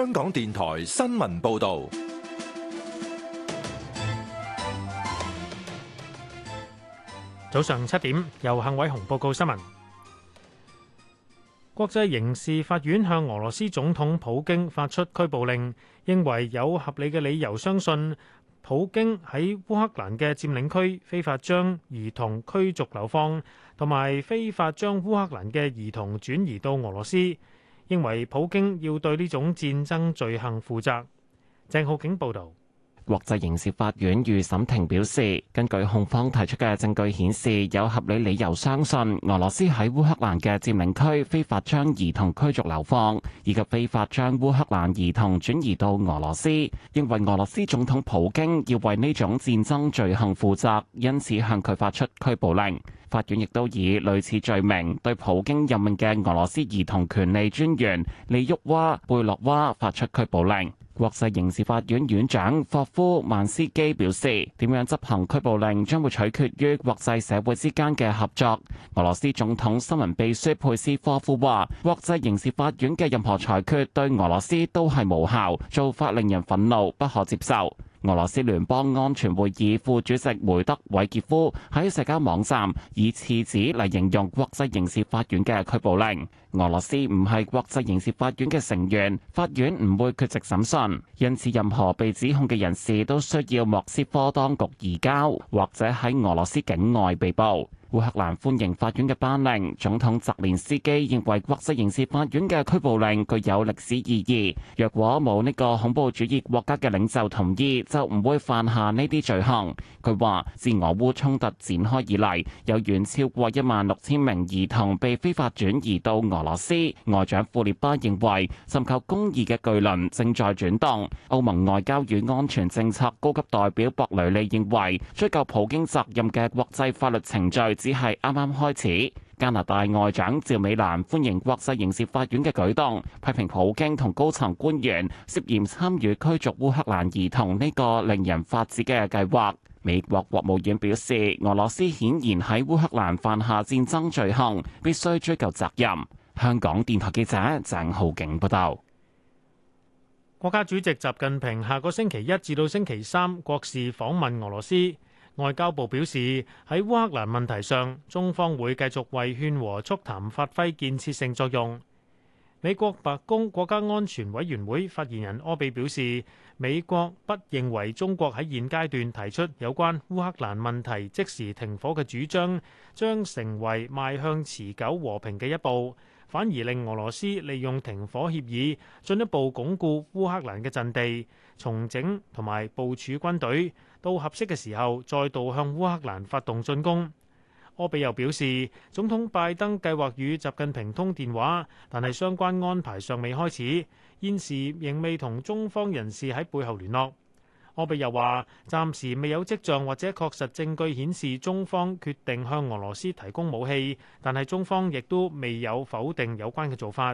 香港電台新聞報道。 早上7點，由幸偉雄報告新聞。國際刑事法院向俄羅斯總統普京發出拘捕令，認為有合理嘅理由相信普京喺烏克蘭嘅佔領區非法將兒童驅逐流放，同埋非法將烏克蘭嘅兒童轉移到俄羅斯，認為普京要對呢種戰爭罪行負責。鄭浩景報導。 國際刑事法院預審庭表示，根據控方提出嘅證據顯示，有合理理由相信俄羅斯喺烏克蘭嘅佔領區非法將兒童驅逐流放，以及非法將烏克蘭兒童轉移到俄羅斯，認為俄羅斯總統普京要為呢種戰爭罪行負責，因此向佢發出拘捕令。法院亦都以類似罪名對普京任命嘅俄羅斯兒童權利專員利沃娃貝洛娃發出拘捕令。國際刑事法院院長霍夫曼斯基表示，點樣執行拘捕令將會取決於國際社會之間嘅合作。俄羅斯總統新聞秘書佩斯科夫話，國際刑事法院嘅任何裁決對俄羅斯都係無效，做法令人憤怒，不可接受。俄羅斯聯邦安全會議副主席梅德韋傑夫喺社交網站以廁紙嚟形容國際刑事法院嘅拘捕令。俄羅斯唔係國際刑事法院嘅成員，法院唔會缺席審訊，因此任何被指控嘅人士都需要莫斯科當局移交，或者喺俄羅斯境外被捕。烏克蘭歡迎法院嘅頒令，總統澤連斯基認為國際刑事法院嘅拘捕令具有歷史意義。若果冇呢個恐怖主義國家嘅領袖同意，就唔會犯下呢啲罪行。佢話，自俄烏衝突展開以嚟，有遠超過16000名兒童被非法轉移到俄羅斯。外長庫列巴認為，尋求公義嘅巨輪正在轉動。歐盟外交與安全政策高級代表博雷利認為，追究普京責任嘅國際法律程序只係啱啱開始。加拿大外長趙美蘭歡迎國際刑事法院嘅舉動，批評普京同高層官員涉嫌參與驅逐烏克蘭兒童呢個令人髮指嘅計劃。美國國務院表示，俄羅斯顯然喺烏克蘭犯下戰爭罪行，必須追究責任。香港電台記者鄭浩景報道。 國家主席習近平下個星期1至到星期3國事訪問俄羅斯。外交部表示，喺烏克蘭問題上，中方會繼續為勸和促談發揮建設性作用。美國白宮國家安全委員會發言人柯比表示，美國不認為中國喺現階段提出有關烏克蘭問題即時停火嘅主張，將成為邁向持久和平嘅一步，反而令俄羅斯利用停火協議進一步鞏固烏克蘭嘅陣地，重整同埋部署軍隊，到合適嘅時候再度向烏克蘭發動進攻。柯比又表示，總統拜登計劃與習近平通電話，但係相關安排尚未開始，現時仍未同中方人士喺背後聯絡。柯比又話，暫時未有跡象或者確實證據顯示中方決定向俄羅斯提供武器，但係中方亦都未有否定有關嘅做法。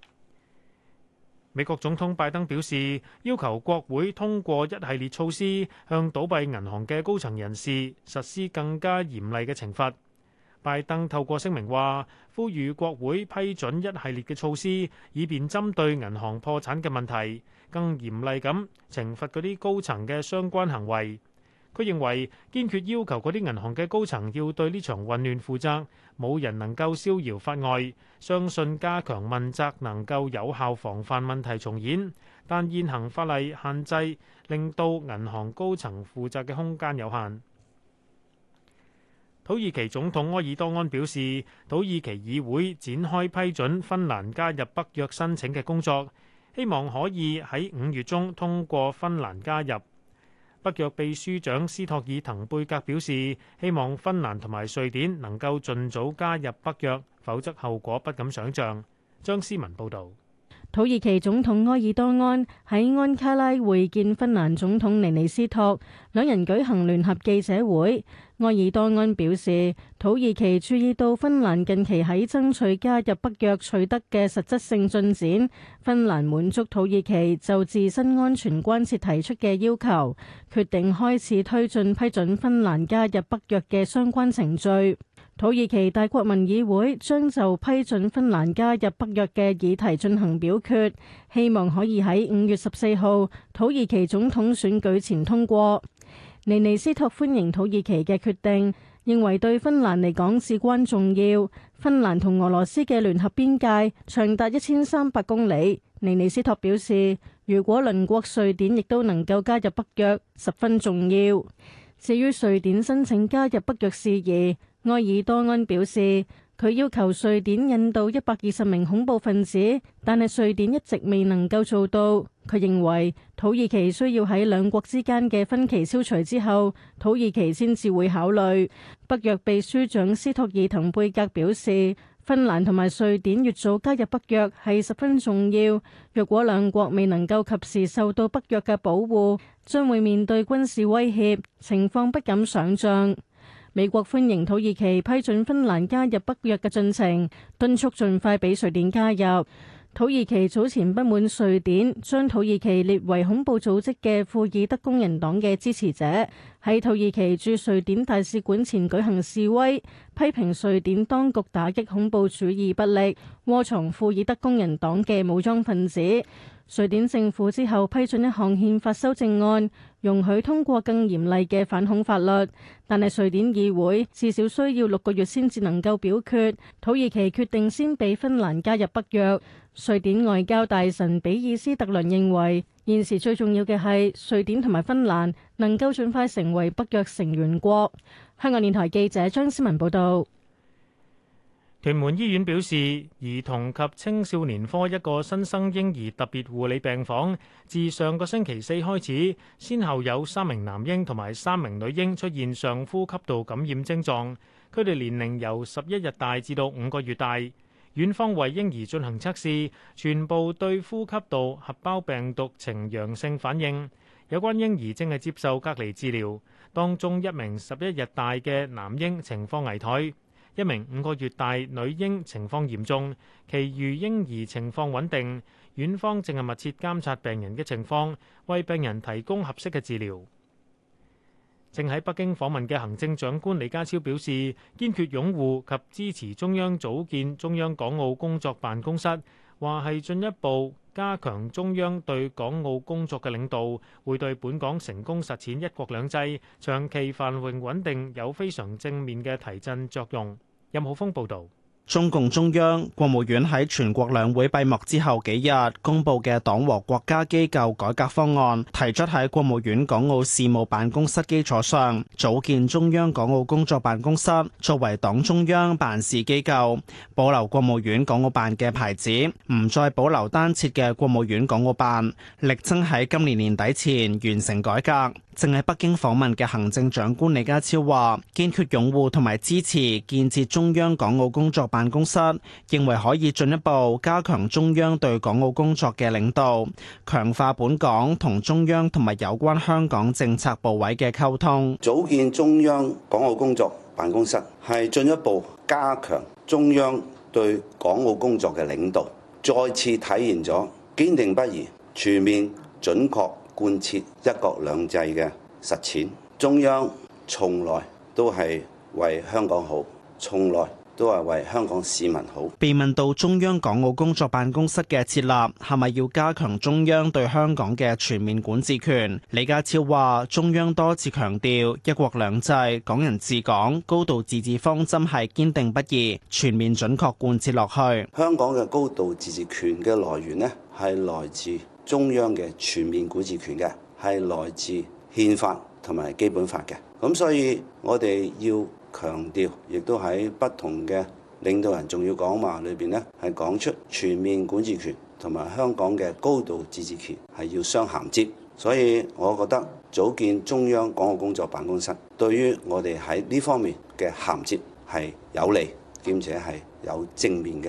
美國總統拜登表示，要求國會通過一系列措施，向倒閉銀行嘅高層人士實施更加嚴厲嘅懲罰。拜登透過聲明話，呼籲國會批准一系列嘅措施，以便針對銀行破產嘅問題，更嚴厲咁懲罰嗰啲高層嘅相關行為。佢認為堅決要求嗰啲銀行嘅高層要對呢場混亂負責，冇人能夠逍遙法外。相信加強問責能夠有效防範問題重演，但現行法例限制，令到銀行高層負責嘅空間有限。土耳其總統埃爾多安表示，土耳其議會展開批准芬蘭加入北約申請嘅工作，希望可以喺5月中通過芬蘭加入。北約秘書長斯托爾滕貝格表示，希望芬蘭同埋瑞典能夠盡早加入北約，否則後果不敢想像。張思文報導。 土耳其總統埃爾多安喺安卡拉會見芬蘭總統尼尼斯托，兩人舉行聯合記者會。埃爾多安表示，土耳其注意到芬蘭近期喺爭取加入北約取得嘅實質性進展，芬蘭滿足土耳其就自身安全關切提出嘅要求，決定開始推進批准芬蘭加入北約嘅相關程序。 土耳其大國民議會將就批准芬蘭加入北約嘅議題進行表決，希望可以喺5月14號土耳其總統選舉前通過。尼尼斯托歡迎土耳其嘅決定，認為對芬蘭嚟講至關重要。芬蘭同俄羅斯嘅聯合邊界長達1300公里。尼尼斯托表示，如果鄰國瑞典亦都能夠加入北約，十分重要。至於瑞典申請加入北約事宜，埃爾多安表示，佢要求瑞典引渡120名恐怖分子，但係瑞典一直未能夠做到。佢認為土耳其需要喺兩國之間嘅分歧消除之後，土耳其先至會考慮。北約秘書長斯托爾滕貝格表示，芬蘭同埋瑞典越早加入北約係十分重要。若果兩國未能夠及時受到北約嘅保護，將會面對軍事威脅，情況不敢想象。美國歡迎土耳其批准芬蘭加入北約嘅進程，敦促盡快俾瑞典加入。土耳其早前不滿瑞典將土耳其列為恐怖組織嘅庫爾德工人黨嘅支持者，喺土耳其駐瑞典大使館前舉行示威，批評瑞典當局打擊恐怖主義不力，窩藏庫爾德工人黨嘅武裝分子。瑞典政府之後批准一項憲法修正案，容許通過更嚴厲嘅反恐法律，但係瑞典議會至少需要6個月先至能夠表決。土耳其決定先俾芬蘭加入北約。瑞典外交大臣比爾斯特倫認為，現時最重要嘅係瑞典同埋芬蘭能夠盡快成為北約成員國。香港電台記者張思文報道。 屯門醫院表示，兒童及青少年科一個新生嬰兒特別護理病房，自上個星期4開始，先後有3名男嬰同埋3名女嬰出現上呼吸道感染症狀，佢哋年齡由11日大至到5個月大。院方為嬰兒進行測試，全部對呼吸道合胞病毒呈陽性反應。有關嬰兒正係接受隔離治療，當中1名11日大嘅男嬰情況危殆，1名5個月大女嬰情況嚴重，其餘嬰兒情況穩定。院方正係密切監察病人嘅情況，為病人提供合適嘅治療。正喺北京訪問嘅行政長官李家超表示，堅決擁護及支持中央組建中央港澳工作辦公室，話係進一步加強中央對港澳工作嘅領導，會對本港成功實踐一國兩制、長期繁榮穩定有非常正面嘅提振作用。任浩峰報導。 中共中央、國務院喺全國兩會閉幕之後幾日公布嘅黨和國家機構改革方案，提出喺國務院港澳事務辦公室基礎上，組建中央港澳工作辦公室，作為黨中央辦事機構，保留國務院港澳辦嘅牌子，唔再保留單設嘅國務院港澳辦，力爭喺今年年底前完成改革。正喺北京訪問嘅行政長官李家超話，堅決擁護同埋支持建設中央港澳工作辦公室，認為可以進一步加強中央對港澳工作嘅領導，強化本港同中央同埋有關香港政策部委嘅溝通。 組建中央港澳工作辦公室係進一步加強中央對港澳工作嘅領導，再次體現咗堅定不移、全面準確貫徹一國兩制嘅實踐。中央從來都係為香港好，從來都係為香港市民好。 被問到中央港澳工作辦公室嘅設立係咪要加強中央對香港嘅全面管治權，李家超話中央多次強調一國兩制、港人治港、高度自治方針係堅定不移、全面準確貫徹落去。 香港嘅高度自治權嘅來源呢，係來自中央嘅全面管治權嘅，係來自憲法同埋基本法嘅。咁所以我哋要強調，亦都喺不同嘅領導人重要講話裏邊呢，係講出全面管治權同埋香港嘅高度自治權係要相銜接。所以我覺得組建中央港澳工作辦公室，對於我哋喺呢方面嘅銜接係有利，兼且係有正面嘅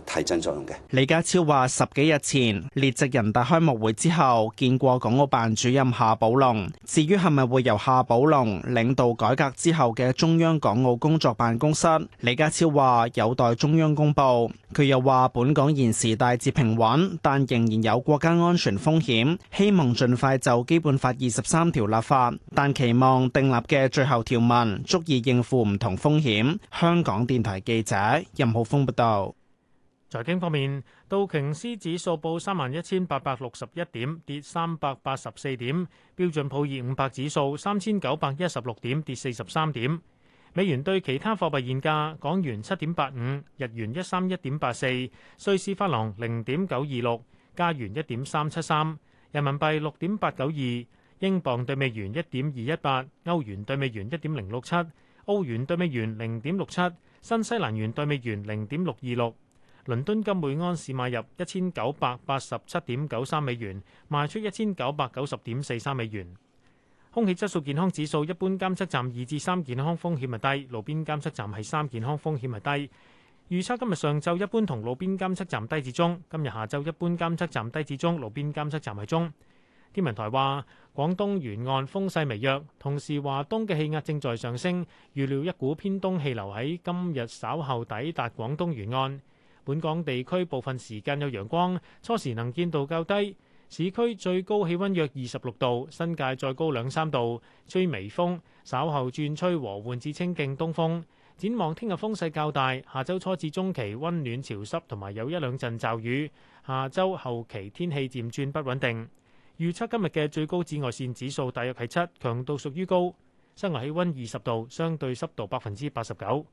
提振作用嘅。 李家超話：十幾日前列席人大開幕會之後，見過港澳辦主任夏寶龍。至於係咪會由夏寶龍領導改革之後嘅中央港澳工作辦公室，李家超話有待中央公佈。佢又話：本港現時大致平穩，但仍然有國家安全風險，希望盡快就基本法23條立法，但期望訂立嘅最後條文足以應付唔同風險。香港電台記者任浩峰報道。 財經方面，道瓊斯指數報31,861點，跌384點；標準普爾500指數3,916點，跌43點。美元對其他貨幣現價：港元7.85，日元131.84，瑞士法郎0.926，加元1.373，人民幣6.892，英鎊對美元1.218，歐元對美元1.067，澳元對美元0.67，新西蘭元對美元0.626。倫敦金每安士買入1987.93美元，賣出1990.43美元。空氣質素健康指數一般監測站2至3健康風險係低，路邊監測站係3健康風險係低。預測今日上晝一般同路邊監測站低至中，今日下晝一般監測站低至中，路邊監測站係中。天文台話，廣東沿岸風勢微弱，同時華東嘅氣壓正在上升，預料一股偏東氣流喺今日稍後抵達廣東沿岸。本港地區部分時間有陽光，初時能見度較低，市區最高氣溫約26度，新界再高2-3度，吹微風，稍後轉吹和緩至清勁東風。展望聽日風勢較大，下週初至中期溫暖潮濕同埋有1-2陣驟雨，下週後期天氣漸轉不穩定。預測今日嘅最高紫外線指數大約係7，強度屬於高。室外氣溫20度，相對濕度89%。